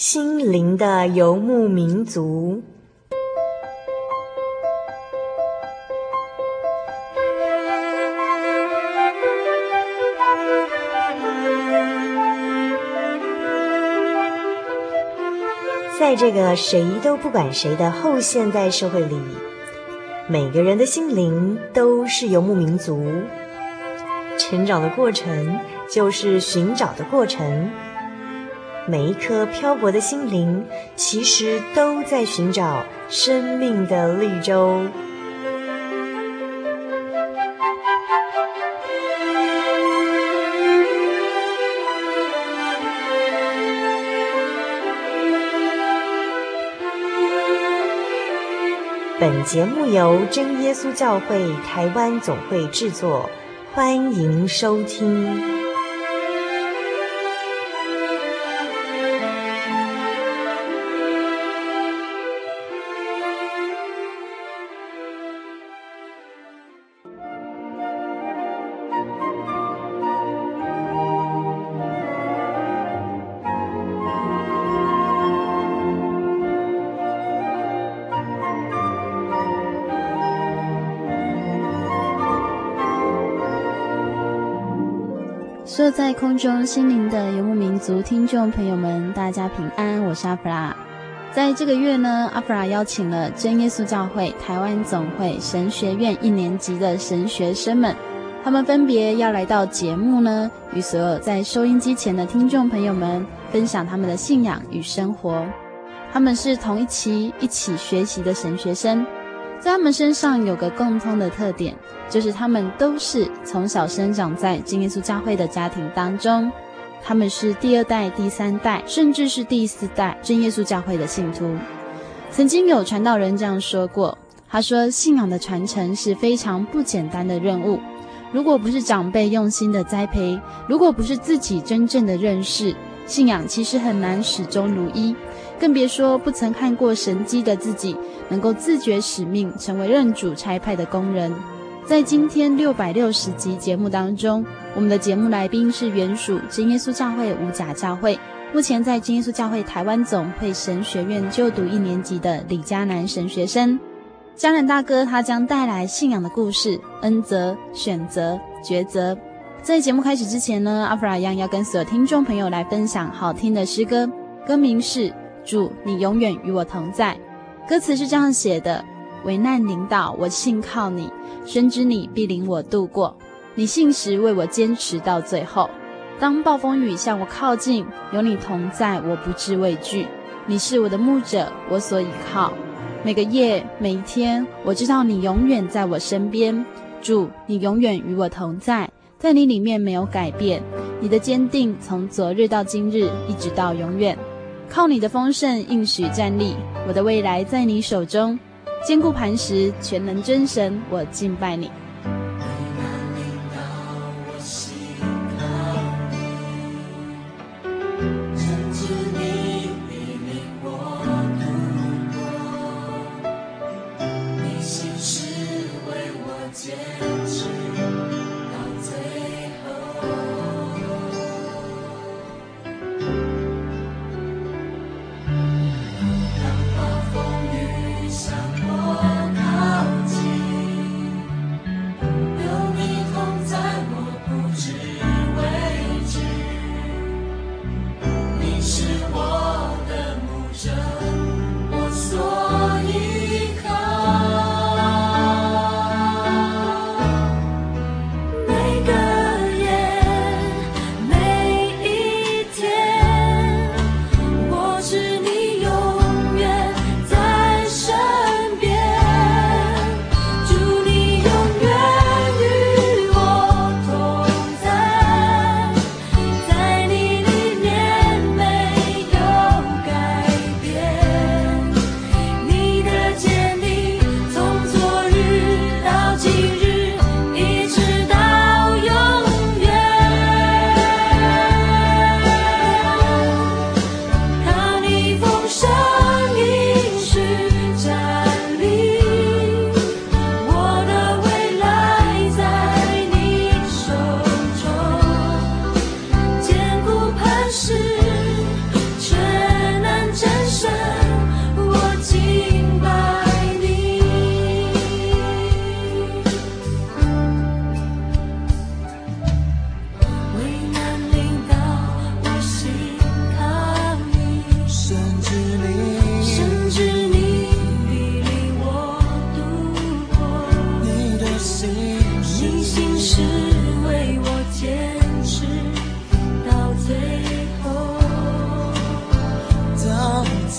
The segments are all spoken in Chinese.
心灵的游牧民族。在这个谁都不管谁的后现代社会里，每个人的心灵都是游牧民族。成长的过程就是寻找的过程，每一颗漂泊的心灵其实都在寻找生命的绿洲。本节目由真耶稣教会台湾总会制作，欢迎收听。 坐在空中心灵的游牧民族听众朋友们，大家平安，我是阿弗拉。在这个月呢，阿弗拉邀请了真耶稣教会台湾总会神学院1年级的神学生们，他们分别要来到节目呢，与所有在收音机前的听众朋友们分享他们的信仰与生活。他们是同一期一起学习的神学生，在他们身上有个共通的特点，就是他们都是从小生长在真耶稣教会的家庭当中，他们是第2代、第3代，甚至是第4代真耶稣教会的信徒。曾经有传道人这样说过，他说信仰的传承是非常不简单的任务，如果不是长辈用心的栽培，如果不是自己真正的认识，信仰其实很难始终如一，更别说不曾看过神迹的自己能够自觉使命，成为认主差派的工人。在今天660集节目当中，我们的节目来宾是原属真耶稣教会五甲教会，目前在真耶稣教会台湾总会神学院就读1年级的李嘉南神学生。嘉南大哥他将带来信仰的故事、恩泽、选择、抉择。在节目开始之前呢，阿弗拉一样要跟所有听众朋友来分享好听的诗歌，歌名是主你永远与我同在。歌词是这样写的：危难临到，我信靠你，深知你必领我度过，你信实为我坚持到最后。当暴风雨向我靠近，有你同在，我不致畏惧。你是我的牧者，我所倚靠。每个夜，每一天，我知道你永远在我身边。主，你永远与我同在，在你里面没有改变。你的坚定从昨日到今日，一直到永远。靠你的丰盛应许站立，我的未来在你手中。坚固磐石，全能真神，我敬拜你。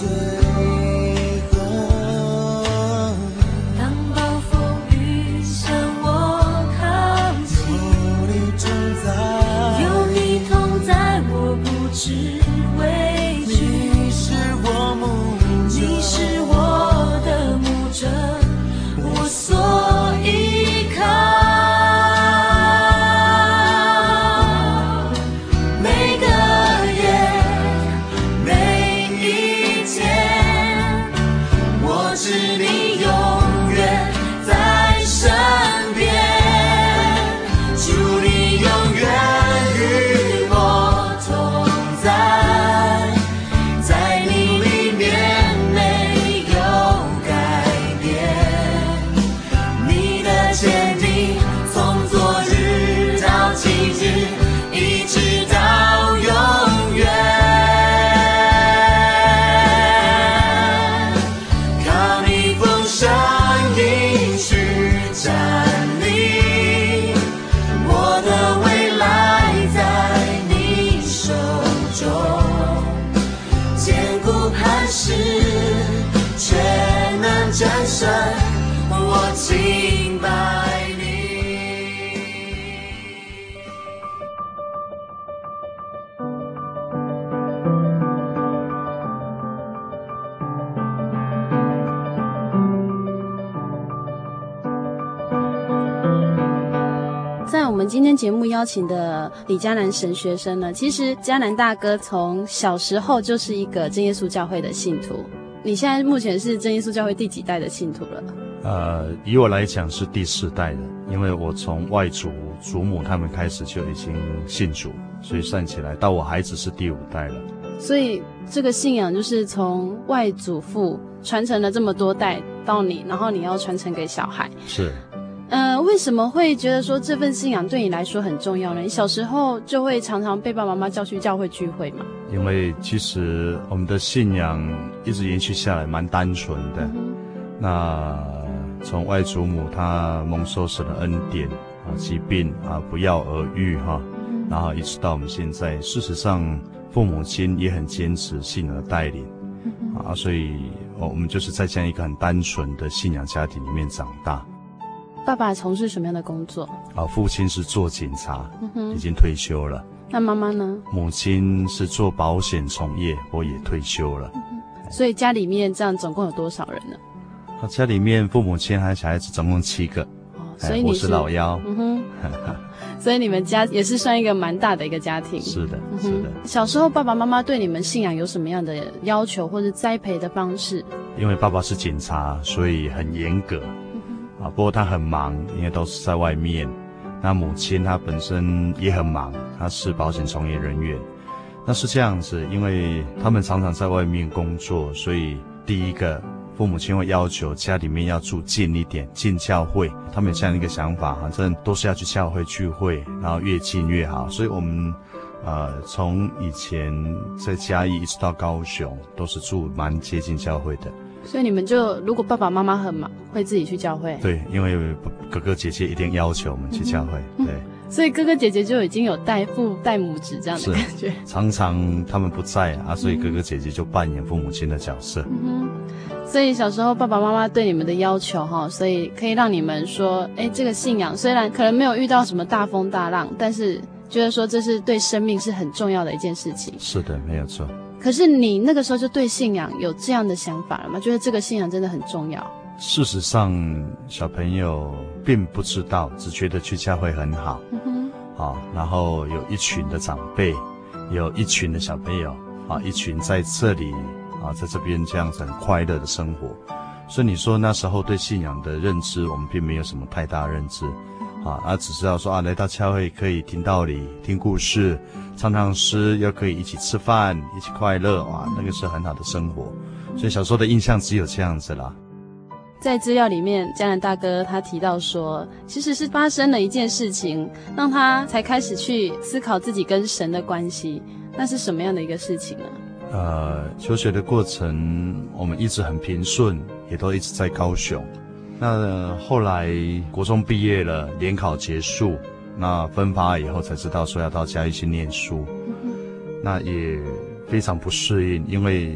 在我们今天节目邀请的李嘉南神学生呢，其实嘉南大哥从小时候就是一个真耶稣教会的信徒。你现在目前是真耶稣教会第几代的信徒了？ 以我来讲是第4代的，因为我从外祖母他们开始就已经信主，所以算起来到我孩子是第5代了。 所以这个信仰就是从外祖父传承了这么多代到你，然后你要传承给小孩。 是。 为什么会觉得说这份信仰对你来说很重要呢？你小时候就会常常被爸爸妈妈叫去教会聚会吗？ 因为其实我们的信仰一直延续下来蛮单纯的。那从外祖母她蒙受神的恩典啊，疾病啊不药而愈哈，然后一直到我们现在，事实上父母亲也很坚持信仰的带领啊，所以我们就是在这样一个很单纯的信仰家庭里面长大。 爸爸从事什么样的工作？ 父亲是做警察，已经退休了。 那妈妈呢？ 母亲是做保险从业，我也退休了。 所以家里面这样总共有多少人呢？ 家里面父母亲还小孩子总共7个。 所以你我是老幺。 所以你们家也是算一个蛮大的一个家庭。 是的，是的。 小时候爸爸妈妈对你们信仰有什么样的要求或者栽培的方式？ 因为爸爸是警察，所以很严格。不过他很忙，因为都是在外面。那母亲她本身也很忙，她是保险从业人员。那是这样子，因为他们常常在外面工作，所以第一个父母亲会要求家里面要住近一点，进教会。他们有这样一个想法，反正都是要去教会聚会，然后越近越好。所以我们从以前在嘉义一直到高雄，都是住蛮接近教会的。 所以你们就如果爸爸妈妈很忙，会自己去教会？ 对，因为哥哥姐姐一定要求我们去教会。对， 所以哥哥姐姐就已经有代父代母子这样的感觉。 常常他们不在啊，所以哥哥姐姐就扮演父母亲的角色。 所以小时候爸爸妈妈对你们的要求所以可以让你们说，这个信仰虽然可能没有遇到什么大风大浪，但是觉得说这是对生命是很重要的一件事情。 是的，没有错。 可是你那个时候就对信仰有这样的想法了吗？觉得这个信仰真的很重要？ 事实上，小朋友并不知道，只觉得去教会很好。然后有一群的长辈，有一群的小朋友一群在这里在这边这样子很快乐的生活。所以你说那时候对信仰的认知，我们并没有什么太大的认知只知道说来到教会可以听道理、听故事、唱唱诗，又可以一起吃饭、一起快乐，那个是很好的生活。所以小时候的印象只有这样子啦。 在资料里面，嘉南大哥他提到说，其实是发生了一件事情，让他才开始去思考自己跟神的关系。那是什么样的一个事情呢？ 求学的过程我们一直很平顺，也都一直在高雄。那后来国中毕业了，联考结束，那分发以后才知道说要到嘉义去念书。那也非常不适应，因为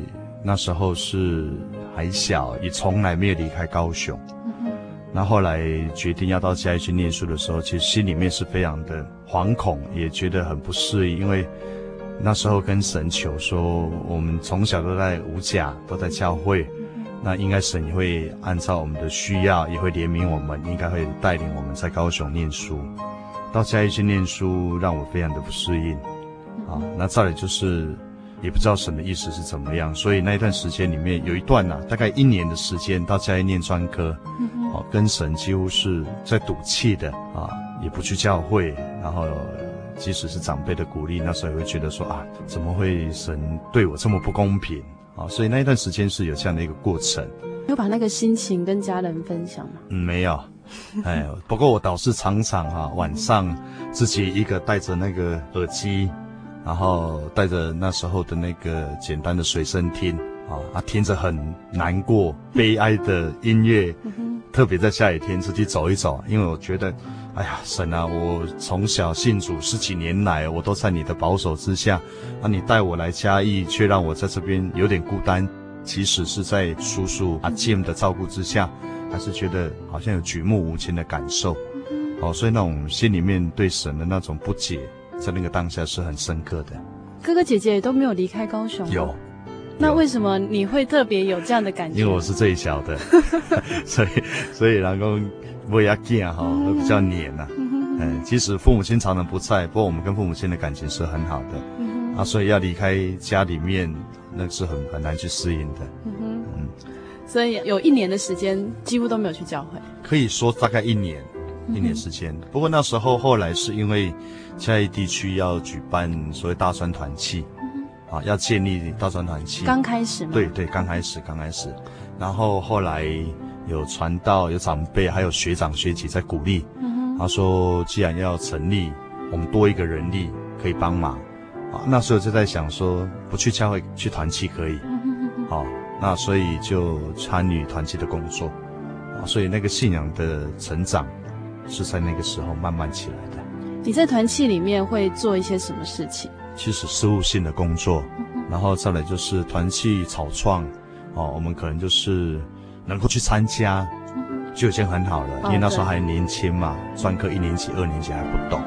那时候是还小，也从来没有离开高雄。那后来决定要到嘉义去念书的时候，其实心里面是非常的惶恐，也觉得很不适应，因为那时候跟神求说，我们从小都在五甲，都在教会，那应该神也会按照我们的需要，也会怜悯我们，应该会带领我们在高雄念书。到嘉义去念书，让我非常的不适应啊。那再来就是也不知道神的意思是怎么样，所以那一段时间里面有一段大概1年的时间到嘉义念专科，跟神几乎是在赌气的啊，也不去教会，然后即使是长辈的鼓励，那时候也会觉得说怎么会神对我这么不公平啊？所以那一段时间是有这样的一个过程。 有把那个心情跟家人分享吗？ 没有。不过我倒是常常晚上自己一个戴着那个耳机，然后带着那时候的那个简单的随身听听着很难过悲哀的音乐，特别在下雨天出去走一走，因为我觉得哎呀神啊，我从小信主10几年来，我都在你的保守之下你带我来嘉义，却让我在这边有点孤单，即使是在叔叔阿Jim的照顾之下，还是觉得好像有举目无亲的感受所以那种心里面对神的那种不解，在那个当下是很深刻的。 哥哥姐姐也都没有离开高雄吗？ 有。 那为什么你会特别有这样的感觉？ 因为我是最小的所以人讲我也囝都比较黏即使父母亲常常不在，不过我们跟父母亲的感情是很好的所以要离开家里面，那是很难去适应的所以有1年的时间几乎都没有去教会， 可以说大概1年时间。不过那时候后来是因为嘉义地区要举办所谓大专团契要建立大专团契， 刚开始吗？ 对，刚开始。然后后来有传道，有长辈，还有学长学姐在鼓励他说既然要成立，我们多一个人力可以帮忙那时候就在想说，不去教会去团契可以那所以就参与团契的工作所以那个信仰的成长是在那个时候慢慢起来的。 你在团契里面会做一些什么事情？ 其实事务性的工作然后再来就是团契草创我们可能就是能够去参加就已经很好了因为那时候还年轻嘛，专科1年级2年级还不懂。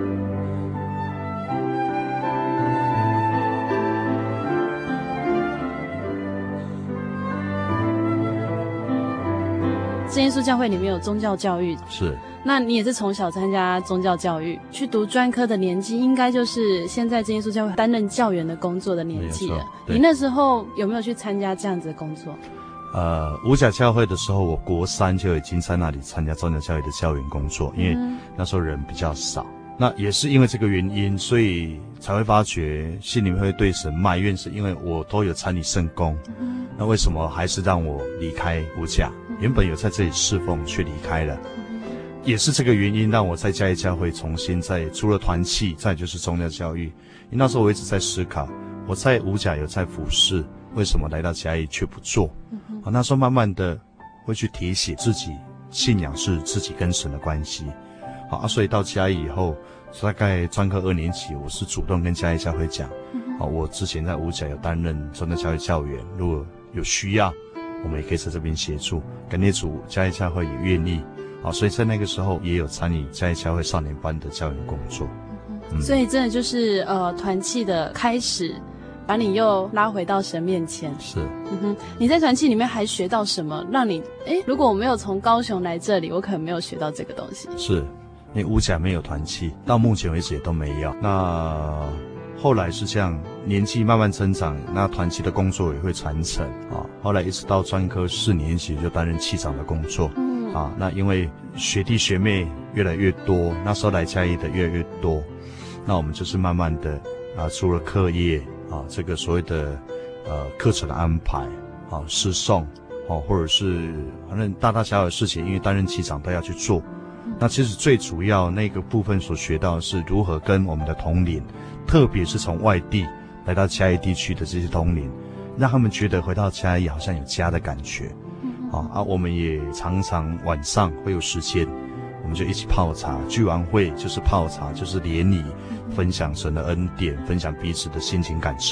真耶稣教会里面有宗教教育， 是。 那你也是从小参加宗教教育，去读专科的年纪，应该就是现在真耶稣教会担任教员的工作的年纪了。你那时候有没有去参加这样子的工作？ 五甲教会的时候，我国3就已经在那里参加宗教教育的教员工作，因为那时候人比较少。那也是因为这个原因，所以才会发觉心里面会对神埋怨，是因为我都有参与圣工，那为什么还是让我离开五甲？原本有在这里侍奉，却离开了。也是这个原因让我在嘉义教会重新除了团契，再就是宗教教育。因为那时候我一直在思考，我在五甲有在服侍，为什么来到嘉义却不做？那时候慢慢的会去提醒自己，信仰是自己跟神的关系。所以到嘉义以后，大概专科2年级，我是主动跟嘉义教会讲，我之前在五甲有担任宗教教育教员，如果有需要，我们也可以在这边协助。感谢主，嘉义教会也愿意。所以在那个时候也有参与嘉义教会少年班的教员工作。 所以真的就是团契的开始，把你又拉回到神面前。 是。 你在团契里面还学到什么，让你如果我没有从高雄来这里，我可能没有学到这个东西。 是，因为五甲没有团契，到目前为止也都没有。那后来是这样，年纪慢慢增长，那团契的工作也会传承后来一直到专科4年级就担任器长的工作。那因为学弟学妹越来越多，那时候来嘉义的越来越多，那我们就是慢慢的除了课业这个所谓的课程的安排诗诵或者是反正大大小小的事情，因为担任器长都要去做。那其实最主要那个部分所学到的是如何跟我们的同龄，特别是从外地来到嘉义地区的这些同龄，让他们觉得回到嘉义好像有家的感觉。我们也常常晚上会有时间，我们就一起泡茶，聚完会就是泡茶，就是联谊，分享神的恩典，分享彼此的心情感受。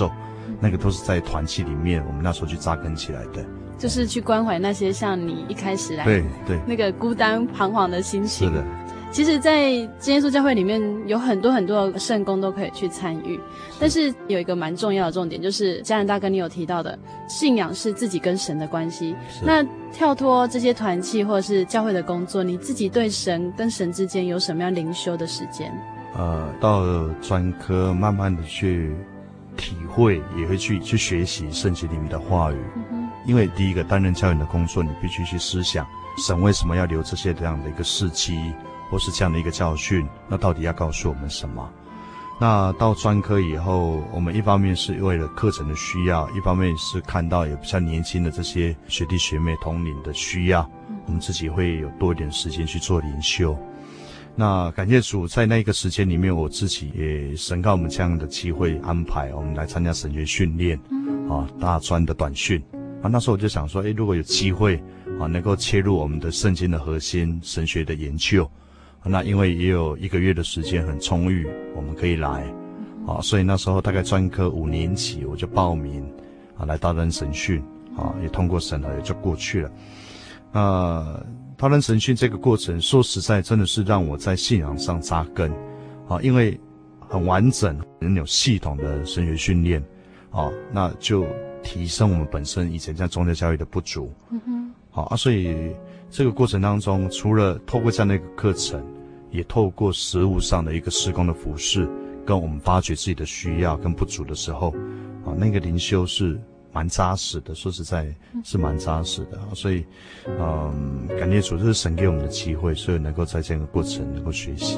那个都是在团契里面我们那时候去扎根起来的， 就是去关怀那些像你一开始来对那个孤单彷徨的心情。 是的， 其实在真耶稣教会里面有很多很多的圣工都可以去参与，但是有一个蛮重要的重点，就是嘉仁大哥你有提到的，信仰是自己跟神的关系。那跳脱这些团契或者是教会的工作，你自己对神跟神之间有什么样灵修的时间？ 到了专科慢慢的去体会，也会去学习圣经里面的话语。因为第一个担任教员的工作，你必须去思想神为什么要留这些这样的一个事迹，或是这样的一个教训，那到底要告诉我们什么？那到专科以后，我们一方面是为了课程的需要，一方面是看到有比较年轻的这些学弟学妹同龄的需要，我们自己会有多一点时间去做灵修。那感谢主，在那个时间里面，我自己也神告我们这样的机会安排，我们来参加神学训练，大专的短训。那时候我就想说，如果有机会能够切入我们的圣经的核心神学的研究，那因为也有1个月的时间很充裕，我们可以来，所以那时候大概专科5年级我就报名来担任神训，也通过审核，也就过去了。担任神训这个过程，说实在真的是让我在信仰上扎根，因为很完整、很有系统的神学训练，那就提升我们本身以前在宗教教育的不足。所以这个过程当中，除了透过这样的一个课程，也透过实务上的一个事工的服事，跟我们发掘自己的需要跟不足的时候，那个灵修是蛮扎实的，说实在是蛮扎实的。所以感谢主，这是神给我们的机会，所以能够在这个过程能够学习。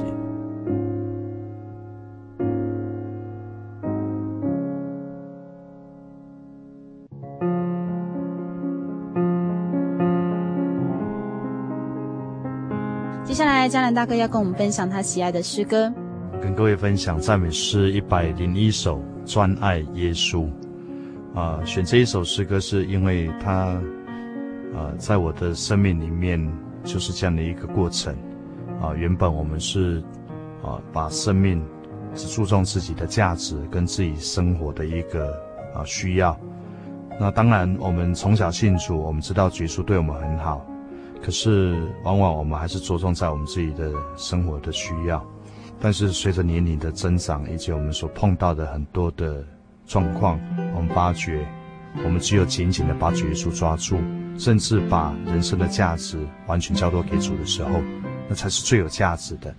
接下来嘉兰大哥要跟我们分享他喜爱的诗歌， 跟各位分享赞美诗101首，专爱耶稣。选这一首诗歌是因为它在我的生命里面就是这样的一个过程。原本我们是把生命只注重自己的价值跟自己生活的一个需要。那当然我们从小信主，我们知道耶稣对我们很好，可是往往我们还是着重在我们自己的生活的需要。但是随着年龄的增长，以及我们所碰到的很多的状况，我们发觉我们只有紧紧的把主耶稣抓住，甚至把人生的价值完全交托给主的时候，那才是最有价值的。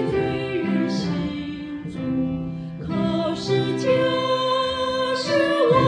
是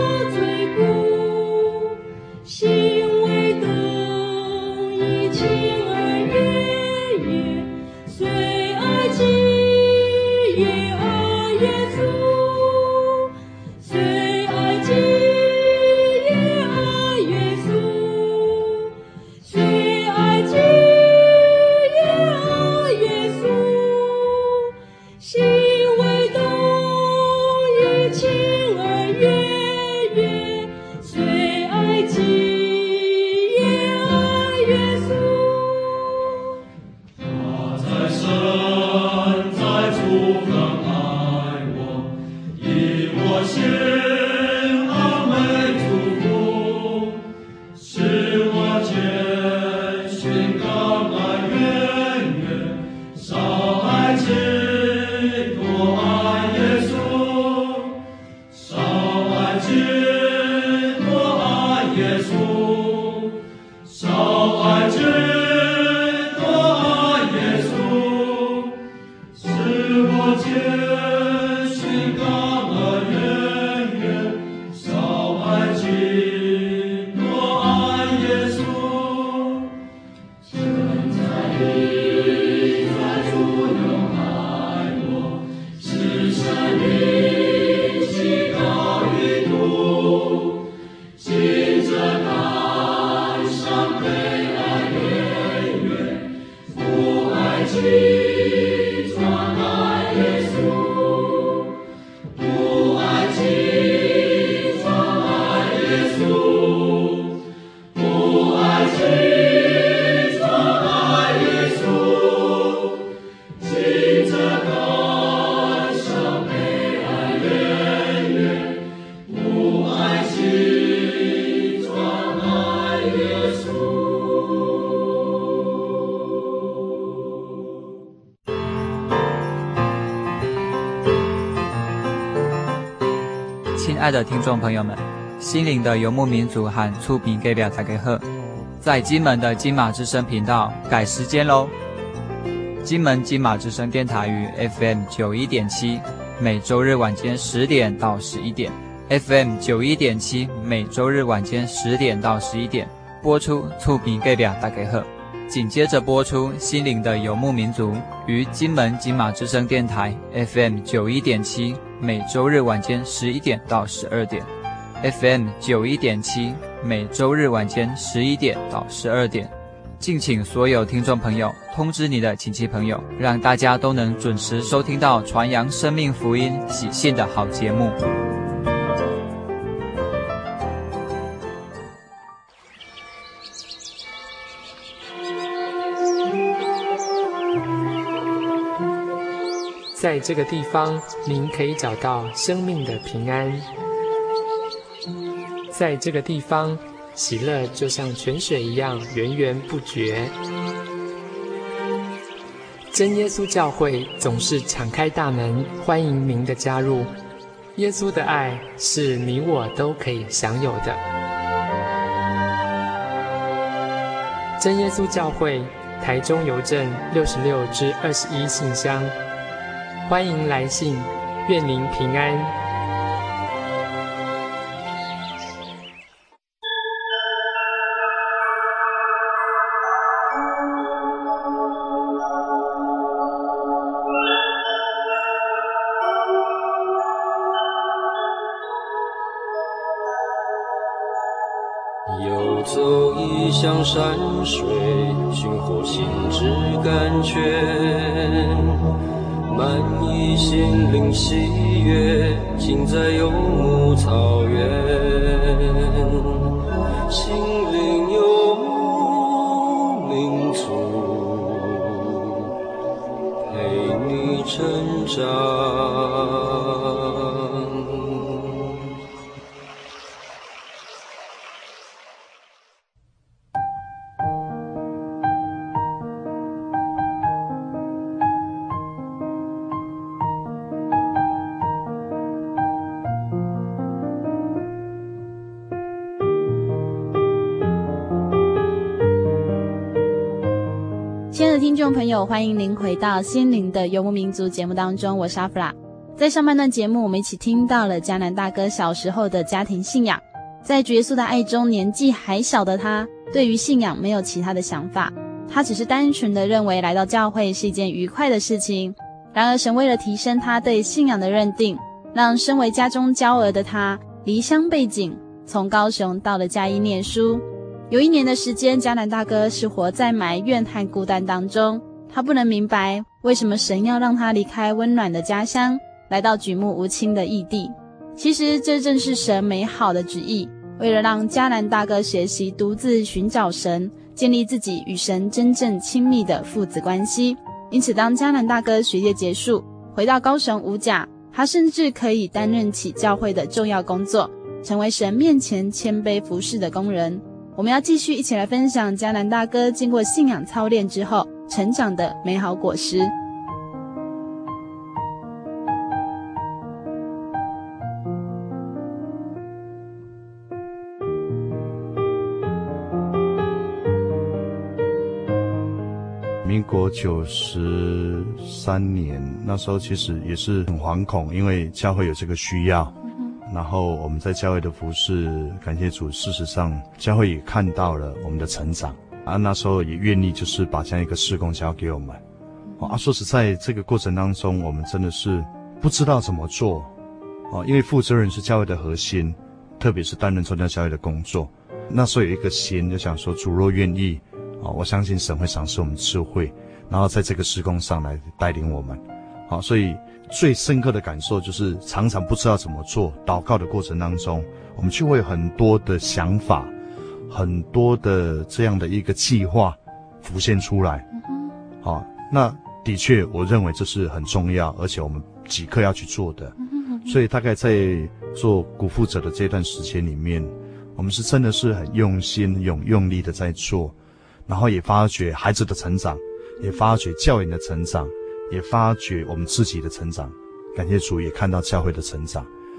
爱的听众朋友们，心灵的游牧民族和触屏给表大家好，在金门的金马之声频道改时间咯。金门金马之声电台于 FM 91.7，每周日晚间10点到11点 ，FM 91.7每周日晚间10点到11点播出触屏给表大家好。紧接着播出心灵的游牧民族于金门金马之声电台 FM 91.7每周日晚间11点到12点 FM 91.7每周日晚间11点到12点，敬请所有听众朋友通知你的亲戚朋友，让大家都能准时收听到传扬生命福音喜信的好节目。 在这个地方，您可以找到生命的平安。在这个地方，喜乐就像泉水一样源源不绝。真耶稣教会总是敞开大门，欢迎您的加入。耶稣的爱是你我都可以享有的。真耶稣教会，台中邮政66-21信箱。欢迎来信，愿您平安。 游走异乡山水，寻获心之甘泉。满溢心灵喜悦，尽在游牧草原。心灵游牧民族，陪你成长。 亲爱的听众朋友，欢迎您回到心灵的游牧民族节目当中，我是阿弗拉。在上半段节目，我们一起听到了迦南大哥小时候的家庭信仰。在主耶稣的爱中，年纪还小的他，对于信仰没有其他的想法，他只是单纯的认为来到教会是一件愉快的事情。然而神为了提升他对信仰的认定，让身为家中娇儿的他离乡背井，从高雄到了嘉义念书。有1年的时间，迦南大哥是活在埋怨和孤单当中，他不能明白为什么神要让他离开温暖的家乡，来到举目无亲的异地。其实这正是神美好的旨意，为了让迦南大哥学习独自寻找神，建立自己与神真正亲密的父子关系。因此当迦南大哥学业结束，回到高雄五甲，他甚至可以担任起教会的重要工作，成为神面前谦卑服侍的工人。我们要继续一起来分享迦南大哥经过信仰操练之后成长的美好果实。 民国93年，那时候其实也是很惶恐，因为教会有这个需要。然后我们在教会的服事，感谢主，事实上教会也看到了我们的成长啊，那时候也愿意就是把这样一个事工交给我们啊。说实在，这个过程当中，我们真的是不知道怎么做啊，因为负责人是教会的核心，特别是担任传教教会的工作。那时候有一个心，就想说，主若愿意啊，我相信神会赏赐我们智慧，然后在这个事工上来带领我们。好，所以最深刻的感受就是常常不知道怎么做，祷告的过程当中，我们就会有很多的想法，很多的这样的一个计划浮现出来。好，那的确我认为这是很重要，而且我们即刻要去做的。所以大概在做古父者的这段时间里面，我们是真的是很用心用力的在做，然后也发觉孩子的成长，也发觉教员的成长，也发觉我们自己的成长，感谢主，也看到教会的成长。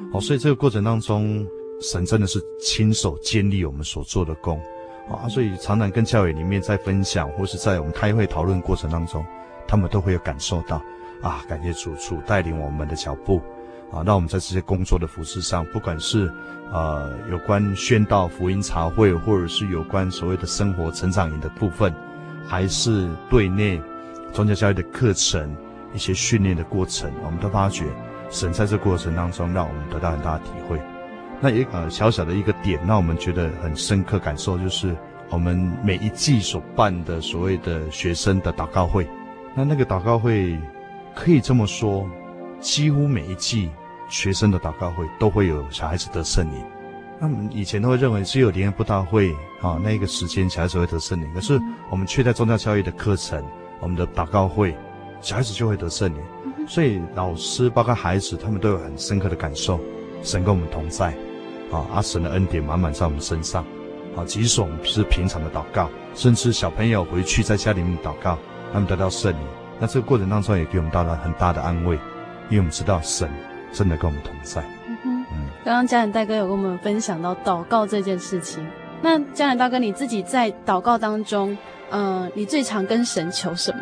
所以这个过程当中，神真的是亲手建立我们所做的工所以常常跟教会里面在分享，或是在我们开会讨论过程当中，他们都会有感受到感谢主带领我们的脚步让我们在这些工作的服事上，不管是有关宣道福音茶会，或者是有关所谓的生活成长营的部分，还是对内宗教教育的课程一些训练的过程，我们都发觉神在这过程当中让我们得到很大的体会。那一个小小的一个点让我们觉得很深刻感受，就是我们每一季所办的所谓的学生的祷告会。那个祷告会可以这么说，几乎每一季学生的祷告会都会有小孩子得圣灵。那么以前都会认为只有联合布道会那个时间小孩子会得圣灵，可是我们却在宗教教育的课程，我们的祷告会小孩子就会得圣灵。所以老师包括孩子他们都有很深刻的感受，神跟我们同在神的恩典满满在我们身上即使我们是平常的祷告，甚至小朋友回去在家里面祷告，他们得到圣灵，那这个过程当中也给我们带来很大的安慰，因为我们知道神真的跟我们同在。 刚刚嘉仁大哥有跟我们分享到祷告这件事情，那嘉仁大哥你自己在祷告当中你最常跟神求什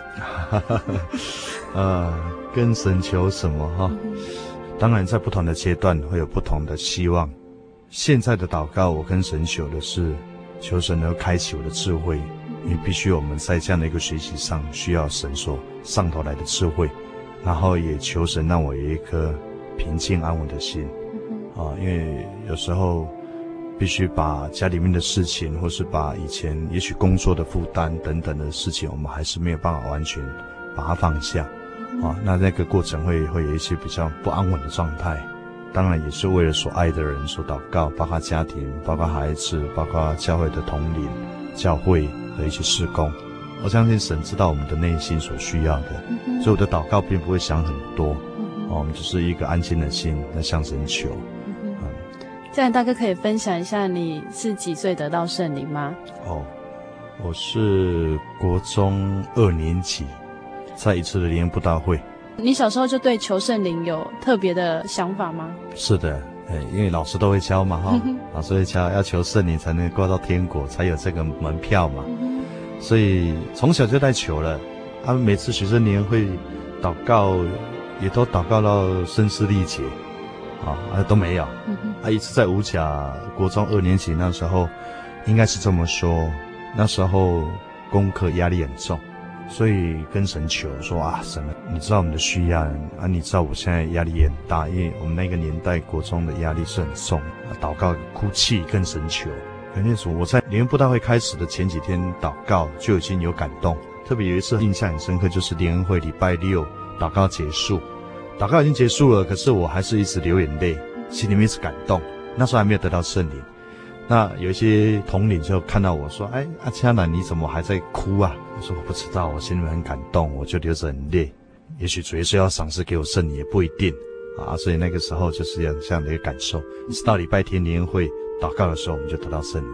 么？跟神求什么当然在不同的阶段会有不同的希望。现在的祷告我跟神求的是求神能够开启我的智慧，因为必须我们在这样的一个学习上需要神所上头来的智慧，然后也求神让我有一颗平静安稳的心因为有时候必须把家里面的事情，或是把以前也许工作的负担等等的事情，我们还是没有办法完全把它放下那个过程会有一些比较不安稳的状态。当然也是为了所爱的人所祷告，包括家庭，包括孩子，包括教会的统领、教会的一些事工。我相信神知道我们的内心所需要的，所以我的祷告并不会想很多我们只是一个安静的心来向神求。 嘉仁大哥可以分享一下你是几岁得到圣灵吗？ 我是国中2年级，在一次的联合布道会。 你小时候就对求圣灵有特别的想法吗？ 是的，因为老师都会教嘛老师会教要求圣灵才能过到天国，才有这个门票嘛所以从小就在求了每次学生年会祷告也都祷告到声嘶力竭都没有一次在五甲国中2年级那时候，应该是这么说，那时候功课压力很重，所以跟神求说神你知道我们的需要你知道我现在压力也很大，因为我们那个年代国中的压力是很重祷告哭泣跟神求。感谢主，我在联合布道会开始的前几天祷告就已经有感动，特别有一次印象很深刻，就是联合会礼拜6祷告结束，祷告已经结束了，可是我还是一直流眼泪，心里面是感动，那时候还没有得到圣灵。那有一些统领就看到我说嘉南你怎么还在哭我说我不知道，我心里面很感动，我就流着很泪，也许主耶稣要赏赐给我圣灵也不一定所以那个时候就是这样的一个感受。一直到礼拜天联会祷告的时候，我们就得到圣灵。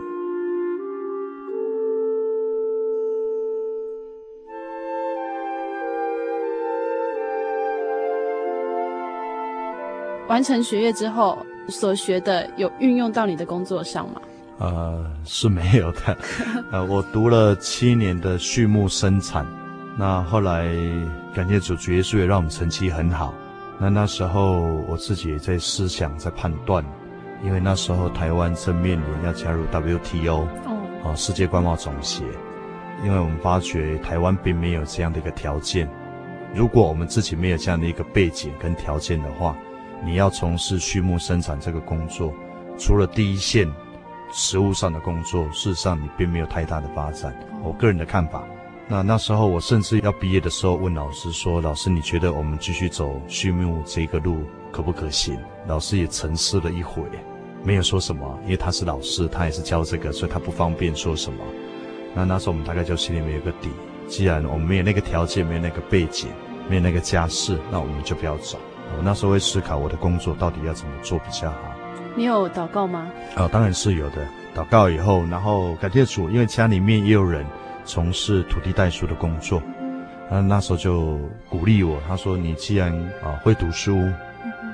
完成学业之后所学的有运用到你的工作上吗？ 是没有的我读了7年的畜牧生产，那后来感谢主耶稣也让我们成绩很好。那时候我自己也在思想在判断，因为那时候台湾正面临要加入 WTO 世界关贸总协，因为我们发觉台湾并没有这样的一个条件，如果我们自己没有这样的一个背景跟条件的话，你要从事畜牧生产这个工作，除了第一线实务上的工作，事实上你并没有太大的发展，我个人的看法。那时候我甚至要毕业的时候问老师说，老师你觉得我们继续走畜牧这个路可不可行？老师也沉思了一会，没有说什么，因为他是老师，他也是教这个，所以他不方便说什么。那时候我们大概就心里面有个底，既然我们没有那个条件，没有那个背景，没有那个家世，那我们就不要走。我那时候会思考我的工作到底要怎么做比较好。 你有祷告吗？ 当然是有的。祷告以后，然后感谢主，因为家里面也有人从事土地代书的工作，那时候就鼓励我，他说你既然会读书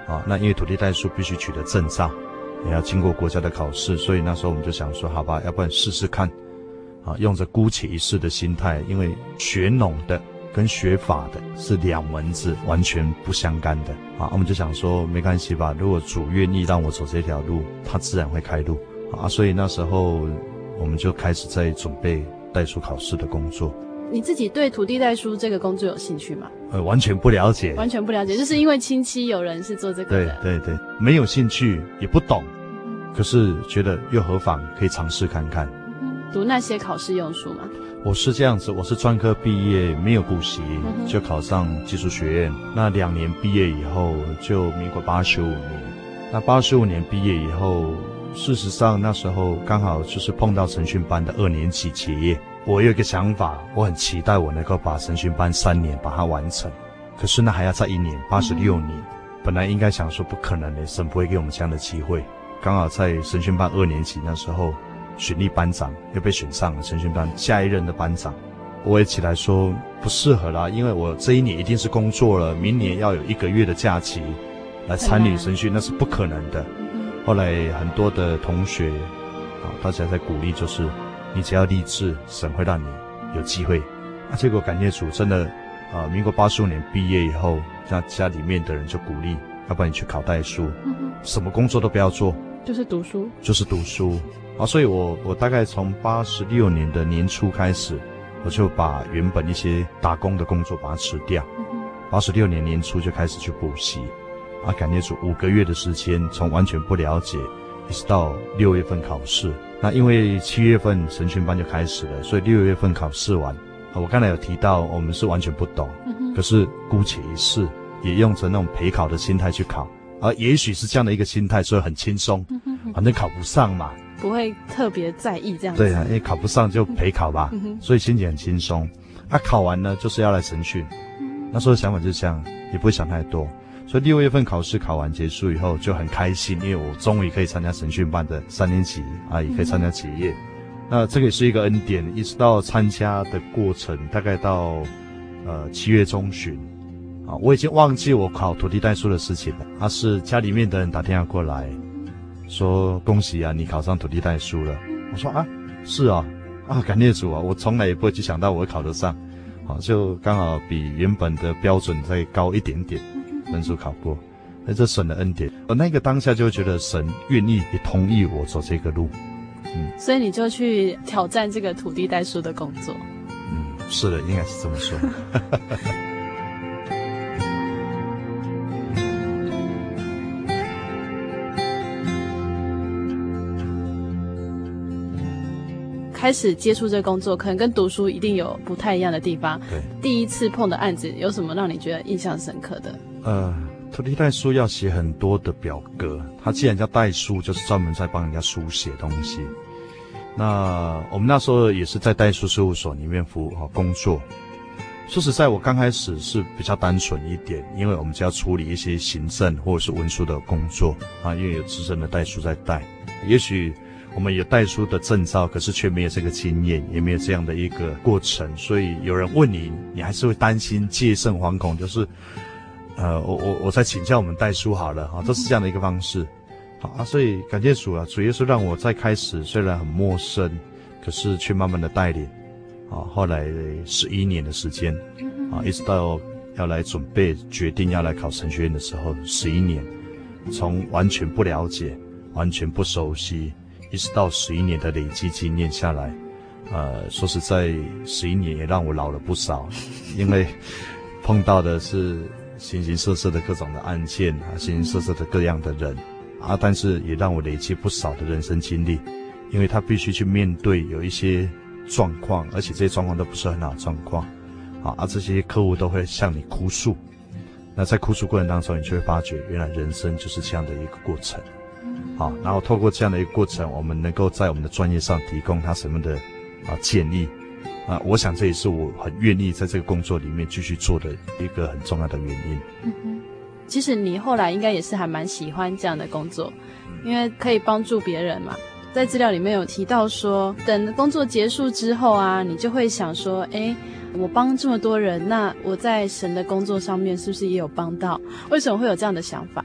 那因为土地代书必须取得证照，也要经过国家的考试，所以那时候我们就想说，好吧，要不然试试看，用着姑且一试的心态，因为学农的跟学法的是两门子，完全不相干的我们就想说没关系吧，如果主愿意让我走这条路，他自然会开路所以那时候我们就开始在准备代书考试的工作。 你自己对土地代书这个工作有兴趣吗？ 完全不了解， 完全不了解，就是因为亲戚有人是做这个的。 对对对，没有兴趣也不懂，可是觉得又何妨，可以尝试看看。 读那些考试用书吗？ 我是这样子，我是专科毕业，没有补习，就考上技术学院。那2年毕业以后，就民国85年。那85年毕业以后，事实上那时候刚好就是碰到神训班的2年级结业。我有一个想法，我很期待我能够把神训班3年把它完成，可是那还要再1年，86年。本来应该想说不可能的，神不会给我们这样的机会。刚好在神训班2年级那时候，选立班长又被选上了神训班下一任的班长。我也起来说不适合啦，因为我这1年一定是工作了，明年要有1个月的假期来参与神训，那是不可能的。后来很多的同学大家在鼓励，就是你只要立志，神会让你有机会。结果感谢主，真的民国85年毕业以后，那家里面的人就鼓励，要不然你去考代书，什么工作都不要做， 就是读书， 就是读书所以我大概从86年的年初开始，我就把原本一些打工的工作把它辞掉。86年年初就开始去补习感谢主，5个月的时间，从完全不了解一直到6月份考试。那因为7月份神训班就开始了，所以6月份考试完我刚才有提到我们是完全不懂，可是姑且一试，也用着那种陪考的心态去考也许是这样的一个心态，所以很轻松，反正考不上嘛， 不会特别在意这样子。 对因为考不上就陪考吧，所以心情很轻松考完呢就是要来神训，那时候想法就是这样，也不会想太多。所以6月份考试考完结束以后就很开心，因为我终于可以参加神训班的3年级也可以参加结业。那这个也是一个恩典，一直到参加的过程，大概到7月中旬我已经忘记我考土地代书的事情了。是家里面的人打电话过来说，恭喜你考上土地代书了。我说是感谢主我从来也不会去想到我会考得上就刚好比原本的标准再高一点点，分数考过，这神的恩典。我那个当下就会觉得神愿意也同意我走这个路。 所以你就去挑战这个土地代书的工作。 是的，应该是这么说。 开始接触这个工作，可能跟读书一定有不太一样的地方。 对， 第一次碰的案子有什么让你觉得印象深刻的？ 土地代书要写很多的表格，他既然叫代书，就是专门在帮人家书写东西。那我们那时候也是在代书事务所里面服务工作。说实在，我刚开始是比较单纯一点，因为我们就要处理一些行政或者是文书的工作因为有资深的代书在带。也许我们有代书的证照，可是却没有这个经验，也没有这样的一个过程，所以有人问你，你还是会担心、戒慎惶恐，就是我再请教我们代书好了都是这样的一个方式。所以感谢主主耶稣让我在开始虽然很陌生，可是却慢慢的带领后来11年的时间一直到要来准备决定要来考神学院的时候，11年，从完全不了解、完全不熟悉，一直到11年的累积经验下来，说实在，11年也让我老了不少，因为碰到的是形形色色的各种的案件形形色色的各样的人但是也让我累积不少的人生经历，因为他必须去面对有一些状况，而且这些状况都不是很好的状况这些客户都会向你哭诉。那在哭诉过程当中，你就会发觉原来人生就是这样的一个过程然后透过这样的一个过程，我们能够在我们的专业上提供他什么的建议我想这也是我很愿意在这个工作里面继续做的一个很重要的原因。 其实你后来应该也是还蛮喜欢这样的工作，因为可以帮助别人嘛。在资料里面有提到说，等工作结束之后你就会想说，我帮这么多人，那我在神的工作上面是不是也有帮到？为什么会有这样的想法？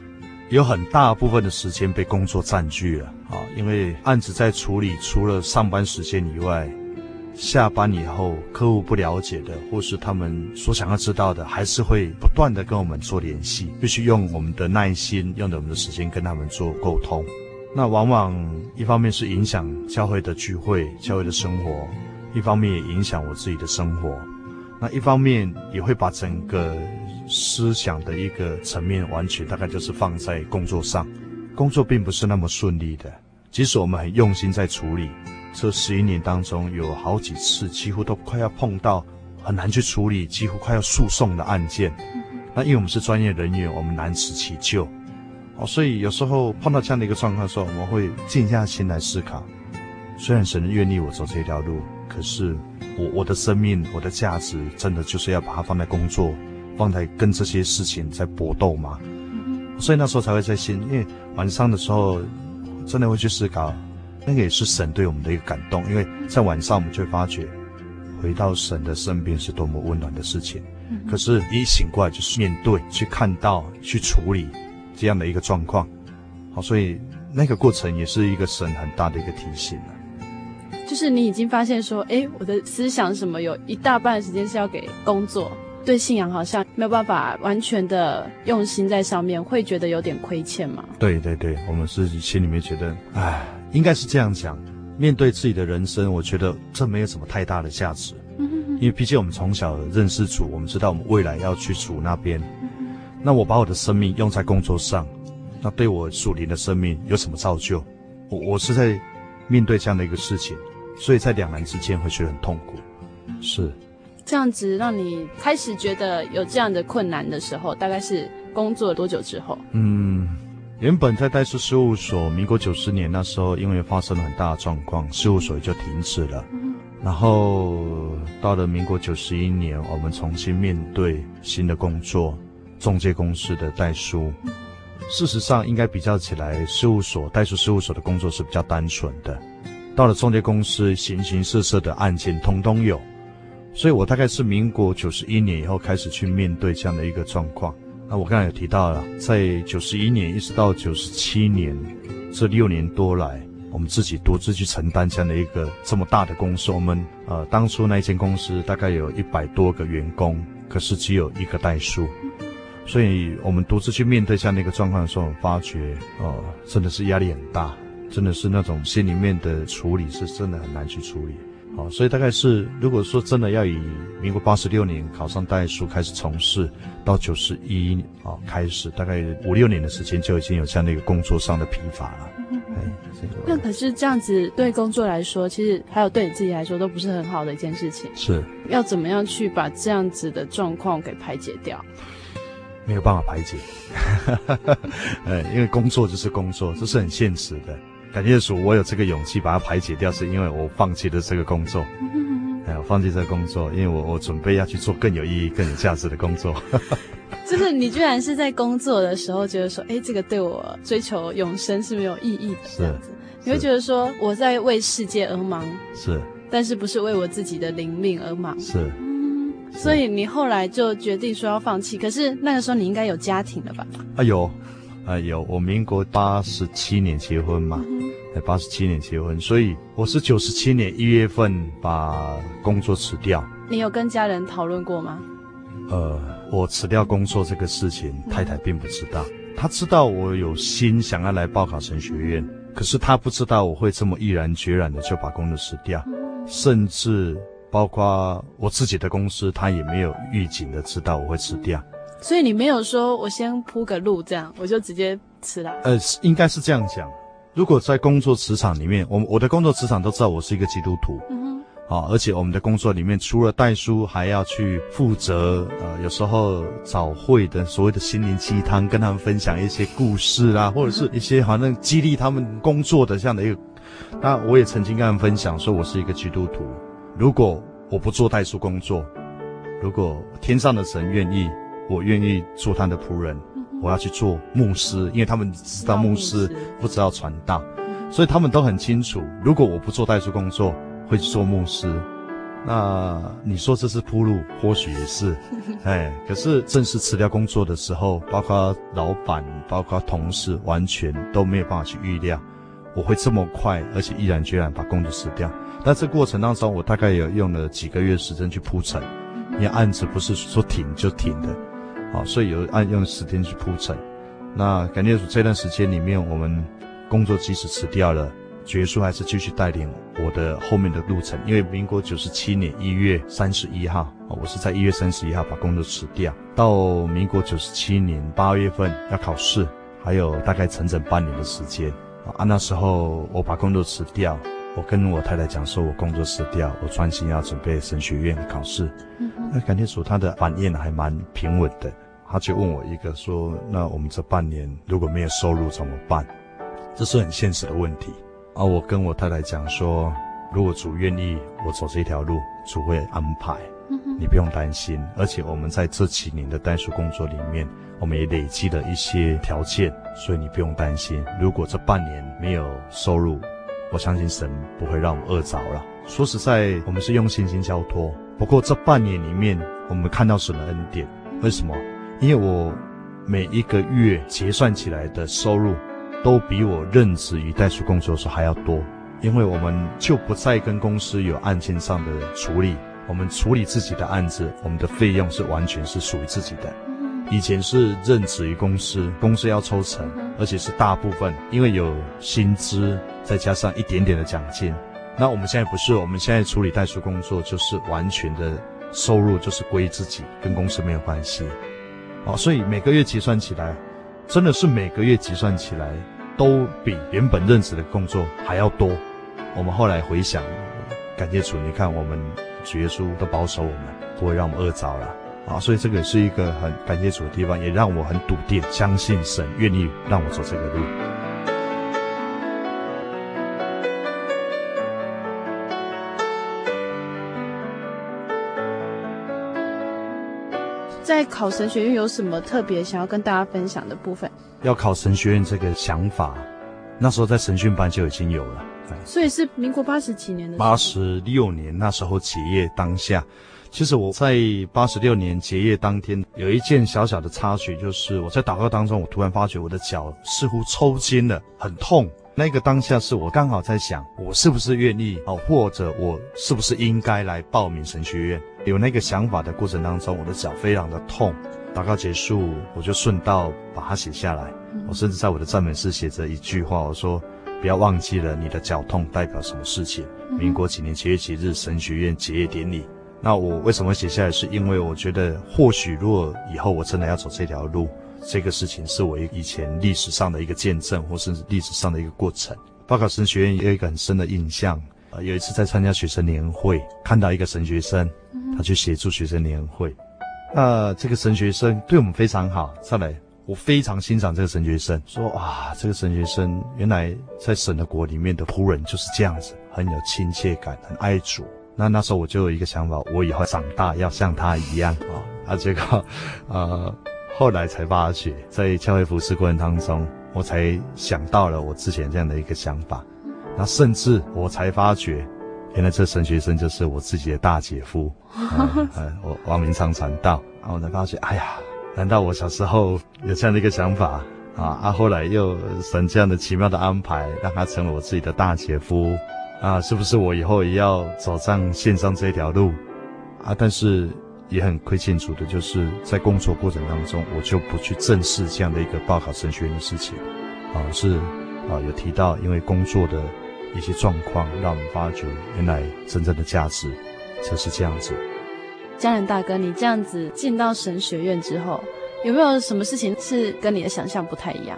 有很大部分的时间被工作占据了啊，因为案子在处理，除了上班时间以外，下班以后客户不了解的或是他们所想要知道的，还是会不断的跟我们做联系，必须用我们的耐心，用我们的时间跟他们做沟通。那往往一方面是影响教会的聚会，教会的生活，一方面也影响我自己的生活，那一方面也会把整个思想的一个层面完全大概就是放在工作上。工作并不是那么顺利的，即使我们很用心在处理，这11年当中有好几次几乎都快要碰到很难去处理，几乎快要诉讼的案件。那因为我们是专业人员，我们难辞其咎所以有时候碰到这样的一个状况的时候，我们会静下心来思考，虽然神愿意我走这条路，可是我的生命，我的价值真的就是要把它放在工作，放在跟这些事情在搏斗吗？所以那时候才会在心，因为晚上的时候真的会去思考，那个也是神对我们的一个感动，因为在晚上我们就会发觉回到神的身边是多么温暖的事情。可是一醒过来就是面对，去看到，去处理这样的一个状况。好，所以那个过程也是一个神很大的一个提醒就是你已经发现说，我的思想什么有一大半的时间是要给工作，对信仰好像没有办法完全的用心在上面，会觉得有点亏欠吗？ 对对对，我们是心里面觉得，应该是这样讲，面对自己的人生，我觉得这没有什么太大的价值。因为毕竟我们从小认识主，我们知道我们未来要去主那边。那我把我的生命用在工作上，那对我属灵的生命有什么造就？我是在面对这样的一个事情，所以在两难之间会觉得很痛苦。是这样子让你开始觉得有这样的困难的时候，大概是工作多久之后？ 原本在代书事务所，民国90年那时候，因为发生了很大的状况，事务所也就停止了。然后到了民国91年，我们重新面对新的工作，中介公司的代书。事实上，应该比较起来，代书事务所的工作是比较单纯的。到了中介公司，形形色色的案件通通有，所以我大概是民国91年以后开始去面对这样的一个状况。那我刚才有提到了，在91年一直到97年这6年多来，我们自己独自去承担这样的一个这么大的公司。我们当初那一间公司大概有100多个员工，可是只有一个代书，所以我们独自去面对这样的一个状况的时候，我们发觉真的是压力很大，真的是那种心里面的处理是真的很难去处理。所以大概是如果说真的要以民国86年考上代书开始从事，到91开始，大概5-6年的时间就已经有这样的一个工作上的疲乏了。 那可是这样子对工作来说，其实还有对你自己来说都不是很好的一件事情。 是要怎么样去把这样子的状况给排解掉？ 没有办法排解因为工作就是工作，这是很现实的。感谢主，我有这个勇气把它排解掉，是因为我放弃了这个工作。我放弃这个工作，因为我准备要去做更有意义、更有价值的工作。 就是你居然是在工作的时候觉得说，这个对我追求永生是没有意义的，这样子，你会觉得说我在为世界而忙， 是， 但是不是为我自己的灵命而忙， 是。 所以你后来就决定说要放弃，可是那个时候你应该有家庭了吧？ 有，我民国87年结婚嘛，87年结婚，所以我是97年1月份把工作辞掉。 你有跟家人讨论过吗？ 我辞掉工作这个事情，太太并不知道。她知道我有心想要来报考神学院，可是她不知道我会这么毅然决然的就把工作辞掉，甚至包括我自己的公司，她也没有预警的知道我会辞掉。 所以你没有说我先铺个路，这样我就直接辞了。 应该是这样讲。如果在工作职场里面，我的工作职场都知道我是一个基督徒，而且我们的工作里面除了代书，还要去负责有时候早会的所谓的心灵鸡汤，跟他们分享一些故事啊，或者是一些好像激励他们工作的这样的一个。那我也曾经跟他们分享说，我是一个基督徒，如果我不做代书工作，如果天上的神愿意，我愿意做他的仆人，我要去做牧师，因为他们知道牧师不知道传道，所以他们都很清楚，如果我不做代书工作，会去做牧师。 那你说这是铺路，或许也是，可是正式辞掉工作的时候，包括老板，包括同事，完全都没有办法去预料我会这么快，而且毅然决然把工作辞掉。但这过程当中，我大概有用了几个月时间去铺陈，因为案子不是说停就停的，所以用时间去铺陈。那感谢主，这段时间里面，我们工作即使辞掉了，主耶稣还是继续带领我的后面的路程。因为民国97年1月31号，我是在1月31号把工作辞掉，到民国97年8月份要考试，还有大概整半年的时间。那时候我把工作辞掉，我跟我太太讲说，我工作辞掉，我专心要准备神学院的考试。那感谢主，他的反应还蛮平稳的。他就问我一个说，那我们这半年如果没有收入怎么办？这是很现实的问题。我跟我太太讲说，如果主愿意我走这条路，主会安排，你不用担心。而且我们在这几年的代书工作里面，我们也累积了一些条件，所以你不用担心。如果这半年没有收入，我相信神不会让我们饿着了。说实在，我们是用信心交托。不过这半年里面，我们看到神的恩典。为什么？因为我每一个月结算起来的收入都比我任职于代书工作的时候还要多，因为我们就不再跟公司有案件上的处理，我们处理自己的案子，我们的费用是完全是属于自己的。以前是任职于公司，公司要抽成，而且是大部分，因为有薪资再加上一点点的奖金。那我们现在不是，我们现在处理代书工作就是完全的收入就是归自己，跟公司没有关系。所以每个月结算起来，真的是每个月结算起来都比原本任职的工作还要多。我们后来回想，感谢主，你看我们主耶稣都保守我们，不会让我们饿着了。所以这个是一个很感谢主的地方，也让我很笃定相信神愿意让我走这个路。 在考神学院有什么特别想要跟大家分享的部分？ 要考神学院这个想法，那时候在神训班就已经有了。 所以是民国80几年的 86年，那时候结业当下。其实我在86年结业当天有一件小小的插曲，就是我在祷告当中，我突然发觉我的脚似乎抽筋了，很痛。那个当下是我刚好在想，我是不是愿意或者我是不是应该来报名神学院。有那个想法的过程当中，我的脚非常的痛。祷告结束，我就顺道把它写下来。我甚至在我的赞美诗写着一句话，我说不要忘记了你的脚痛代表什么事情。民国几年7月几日神学院结业典礼。那我为什么写下来，是因为我觉得或许如果以后我真的要走这条路，这个事情是我以前历史上的一个见证，或甚至历史上的一个过程。报考神学院也有一个很深的印象，有一次在参加学生年会，看到一个神学生，他去协助学生年会。这个神学生对我们非常好。再来，我非常欣赏这个神学生，说这个神学生原来在神的国里面的仆人就是这样子，很有亲切感，很爱主。那时候我就有一个想法，我以后长大要像他一样结果后来才发觉，在教会服事过程当中，我才想到了我之前这样的一个想法。那甚至我才发觉，原来这神学生就是我自己的大姐夫，我王明昌传道。我才发觉，难道我小时候有这样的一个想法后来又神这样的奇妙的安排，让他成为我自己的大姐夫是不是我以后也要走上线上这条路但是也很亏欠主的，就是在工作过程当中，我就不去正视这样的一个报考神学院的事情有提到因为工作的一些状况，让我们发觉原来真正的价值就是这样子。 嘉仁大哥，你这样子进到神学院之后，有没有什么事情是跟你的想象不太一样？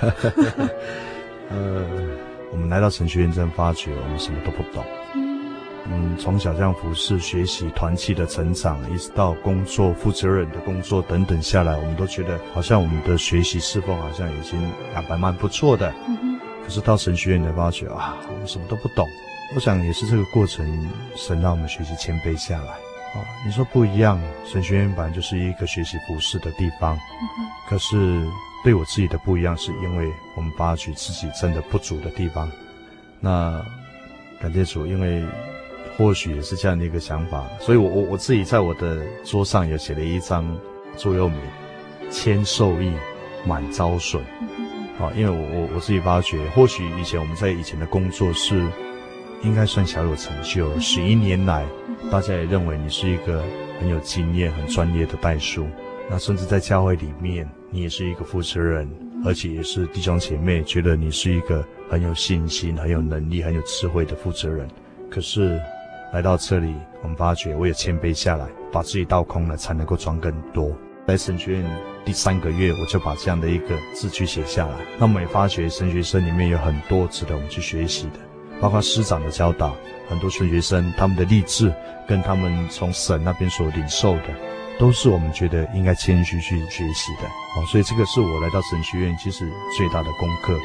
我们来到神学院，真发觉我们什么都不懂。从小这样服侍、学习、团契的成长，一直到工作、负责任的工作等等下来，我们都觉得好像我们的学习侍奉好像已经蛮不错的。可是到神学院才发觉我们什么都不懂。我想也是这个过程，神让我们学习谦卑下来。你说不一样，神学院本来就是一个学习服侍的地方，可是对我自己的不一样，是因为我们发觉自己真的不足的地方。那感谢主，因为或许也是这样的一个想法，所以我自己在我的桌上也写了一张座右铭：谦受益，满招损。因为我自己发觉，或许以前我们在以前的工作是应该算小有成就，11年来，大家也认为你是一个很有经验、很专业的代书。那甚至在教会里面，你也是一个负责人，而且也是弟兄姐妹觉得你是一个很有信心、很有能力、很有智慧的负责人。可是来到这里，我们发觉我也谦卑下来，把自己倒空了，才能够装更多。在神学院第3个月，我就把这样的一个字句写下来。那我们也发觉神学生里面有很多值得我们去学习的，包括师长的教导，很多神学生他们的励志跟他们从神那边所领受的，都是我们觉得应该谦虚去学习的。所以这个是我来到神学院其实最大的功课。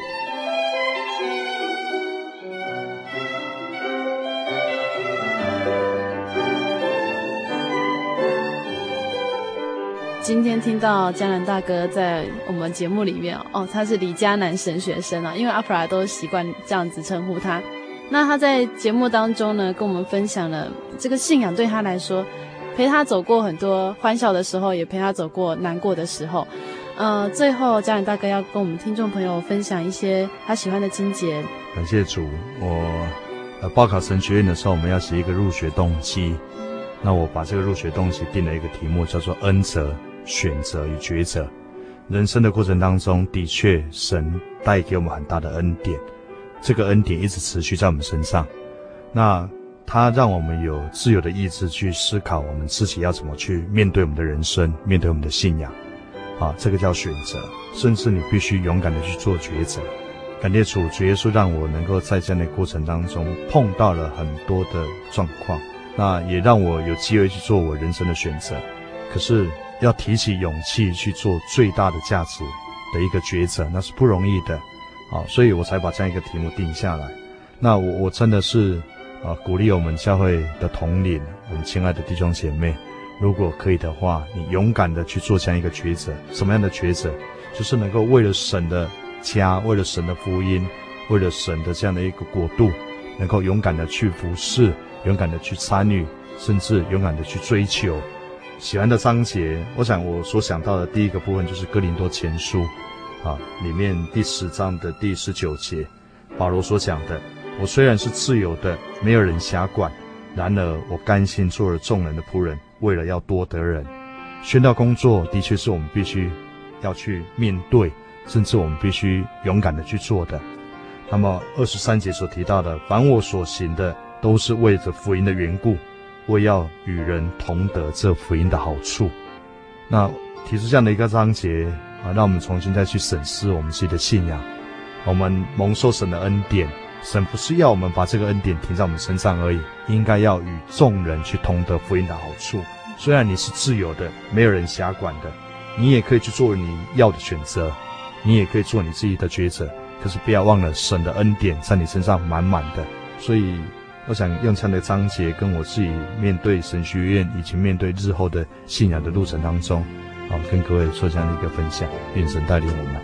今天听到嘉南大哥在我们节目里面他是李嘉南神学生因为阿弗拉都习惯这样子称呼他。那他在节目当中呢，跟我们分享了这个信仰对他来说，陪他走过很多欢笑的时候，也陪他走过难过的时候。最后嘉南大哥要跟我们听众朋友分享一些他喜欢的经节。 感谢主，我报考神学院的时候，我们要写一个入学动机。那我把这个入学动机定了一个题目，叫做恩泽、选择与抉择。人生的过程当中，的确神带给我们很大的恩典，这个恩典一直持续在我们身上。那它让我们有自由的意志去思考我们自己要怎么去面对我们的人生，面对我们的信仰这个叫选择，甚至你必须勇敢的去做抉择。感谢主，主耶稣让我能够在这样的过程当中碰到了很多的状况，那也让我有机会去做我人生的选择。可是要提起勇气去做最大的价值的一个抉择，那是不容易的所以我才把这样一个题目定下来。那我真的是鼓励我们教会的统领，我们亲爱的弟兄姐妹，如果可以的话，你勇敢的去做这样一个抉择。什么样的抉择？就是能够为了神的家，为了神的福音，为了神的这样的一个国度，能够勇敢的去服侍，勇敢的去参与，甚至勇敢的去追求。喜欢的章节，我想我所想到的第一个部分就是哥林多前书里面第10章的第19节，保罗所讲的：我虽然是自由的，没有人辖管，然而我甘心做了众人的仆人，为了要多得人。宣道工作的确是我们必须要去面对，甚至我们必须勇敢的去做的。那么23节所提到的，凡我所行的，都是为着福音的缘故，为要与人同得这福音的好处。那提出这样的一个章节让我们重新再去审视我们自己的信仰。我们蒙受神的恩典，神不是要我们把这个恩典停在我们身上而已，应该要与众人去同得福音的好处。虽然你是自由的，没有人辖管的，你也可以去做你要的选择，你也可以做你自己的抉择，可是不要忘了神的恩典在你身上满满的。所以我想用这样的章节跟我自己面对神学院以及面对日后的信仰的路程当中跟各位做这样的一个分享，愿神带领我们。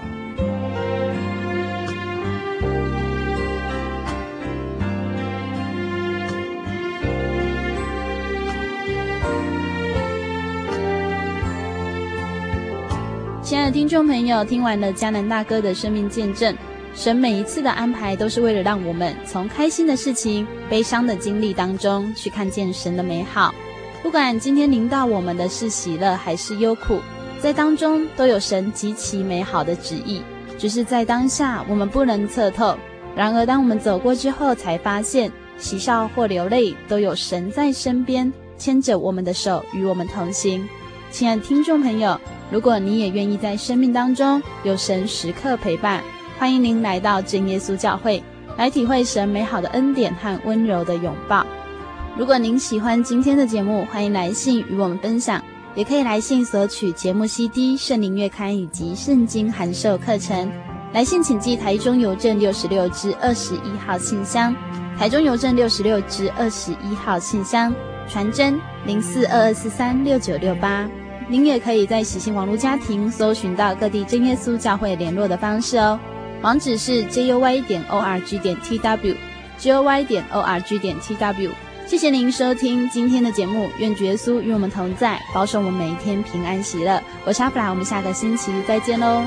亲爱的听众朋友，听完了嘉南大哥的生命见证，神每一次的安排都是为了让我们从开心的事情、悲伤的经历当中去看见神的美好。不管今天临到我们的是喜乐还是忧苦，在当中都有神极其美好的旨意，只是在当下我们不能测透。然而当我们走过之后，才发现喜笑或流泪都有神在身边牵着我们的手与我们同行。亲爱的听众朋友，如果你也愿意在生命当中有神时刻陪伴，欢迎您来到真耶稣教会，来体会神美好的恩典和温柔的拥抱。如果您喜欢今天的节目，欢迎来信与我们分享，也可以来信索取节目 CD、圣灵月刊以及圣经函授课程。来信请寄台中邮政66支21号信箱，台中邮政66支21号信箱，传真0422436968。您也可以在喜信网络家庭搜寻到各地真耶稣教会联络的方式哦。网址是 joy.org.tw，joy.org.tw， 谢谢您收听今天的节目，愿主耶稣与我们同在，保守我们每一天平安喜乐。我是阿弗拉，我们下个星期再见喽。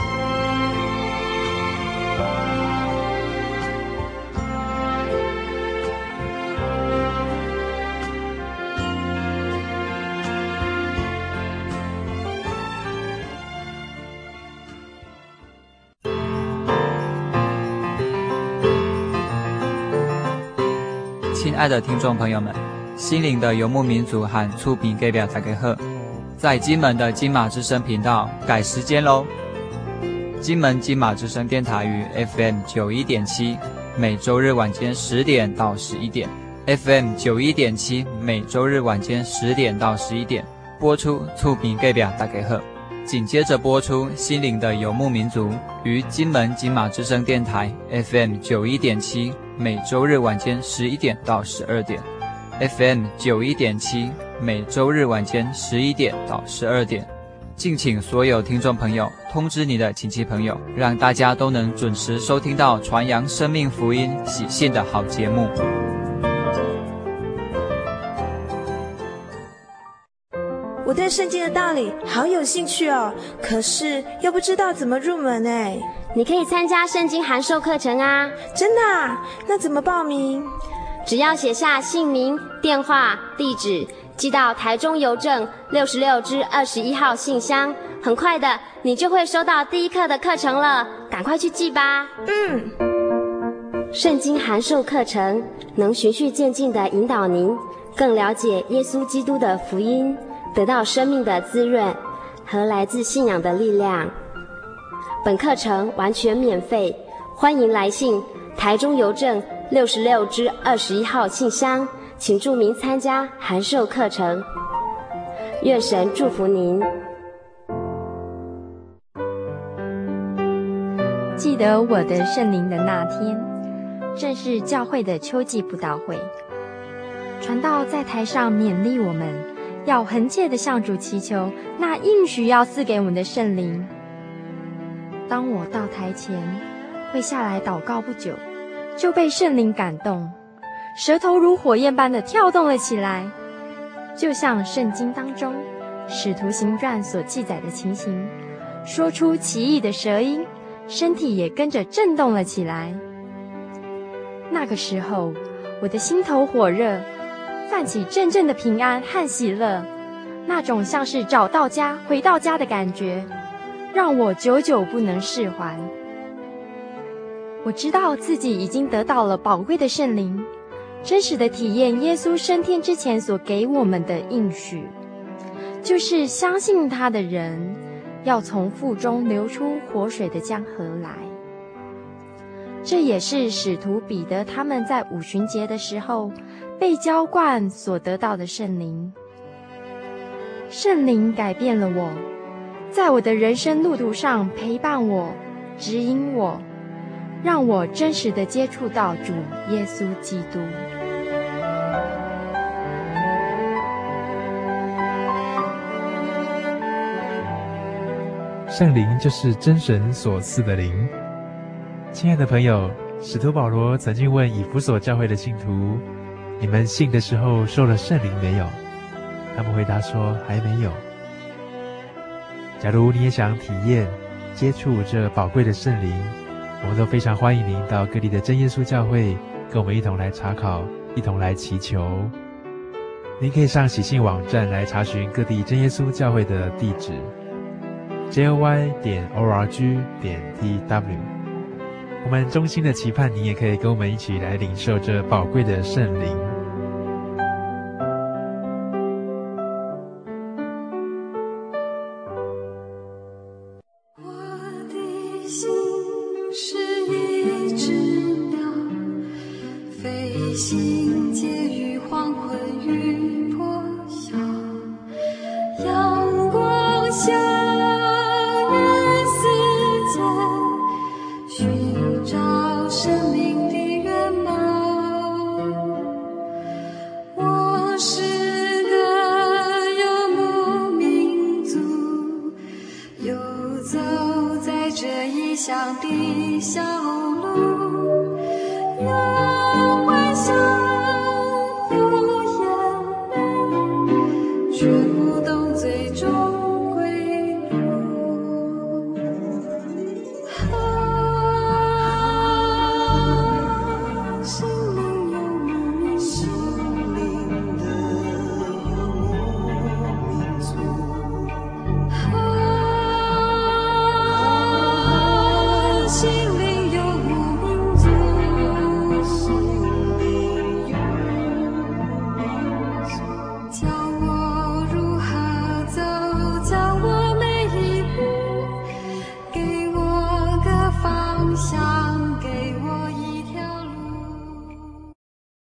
亲爱的听众朋友们，心灵的游牧民族和触屏给表大家好，在金门的金马之声频道改时间咯。金门金马之声电台于 FM 91.7，每周日晚间10点到11点 ，FM 91.7每周日晚间10点到11点播出触屏给表大家好。紧接着播出心灵的游牧民族于金门金马之声电台 FM 91.7。每周日晚间11点到12点 ，FM 91.7，每周日晚间11点到12点，敬请所有听众朋友通知你的亲戚朋友，让大家都能准时收听到传扬生命福音喜信的好节目。 我对圣经的道理好有兴趣哦，可是又不知道怎么入门哎。 你可以参加圣经函授课程啊。 真的啊？那怎么报名？ 只要写下姓名、电话、地址，寄到台中邮政66支21号信箱，很快的你就会收到第一课的课程了，赶快去寄吧。圣经函授课程能循序渐进地引导您更了解耶稣基督的福音，得到生命的滋润和来自信仰的力量。本课程完全免费，欢迎来信台中邮政66支21号信箱，请注明参加函授课程。愿神祝福您。 记得我的圣灵的那天，正是教会的秋季布道会，传道在台上勉励我们，要恒切地向主祈求那应许要赐给我们的圣灵。当我到台前会下来祷告不久，就被圣灵感动，舌头如火焰般的跳动了起来，就像圣经当中使徒行传所记载的情形，说出奇异的舌音，身体也跟着震动了起来。那个时候我的心头火热，泛起阵阵的平安和喜乐，那种像是找到家回到家的感觉，让我久久不能释怀。我知道自己已经得到了宝贵的圣灵，真实的体验耶稣升天之前所给我们的应许，就是相信他的人要从腹中流出活水的江河来。这也是使徒彼得他们在五旬节的时候被浇灌所得到的圣灵。圣灵改变了我，在我的人生路途上陪伴我，指引我，让我真实地接触到主耶稣基督。 圣灵就是真神所赐的灵。亲爱的朋友，使徒保罗曾经问以弗所教会的信徒，你们信的时候受了圣灵没有？他们回答说还没有。假如你也想体验接触这宝贵的圣灵，我们都非常欢迎您到各地的真耶稣教会跟我们一同来查考，一同来祈求。您可以上喜信网站来查询各地真耶稣教会的地址 joy.org.tw。 我们衷心的期盼您也可以跟我们一起来领受这宝贵的圣灵。 我的心是一只鸟，飞行间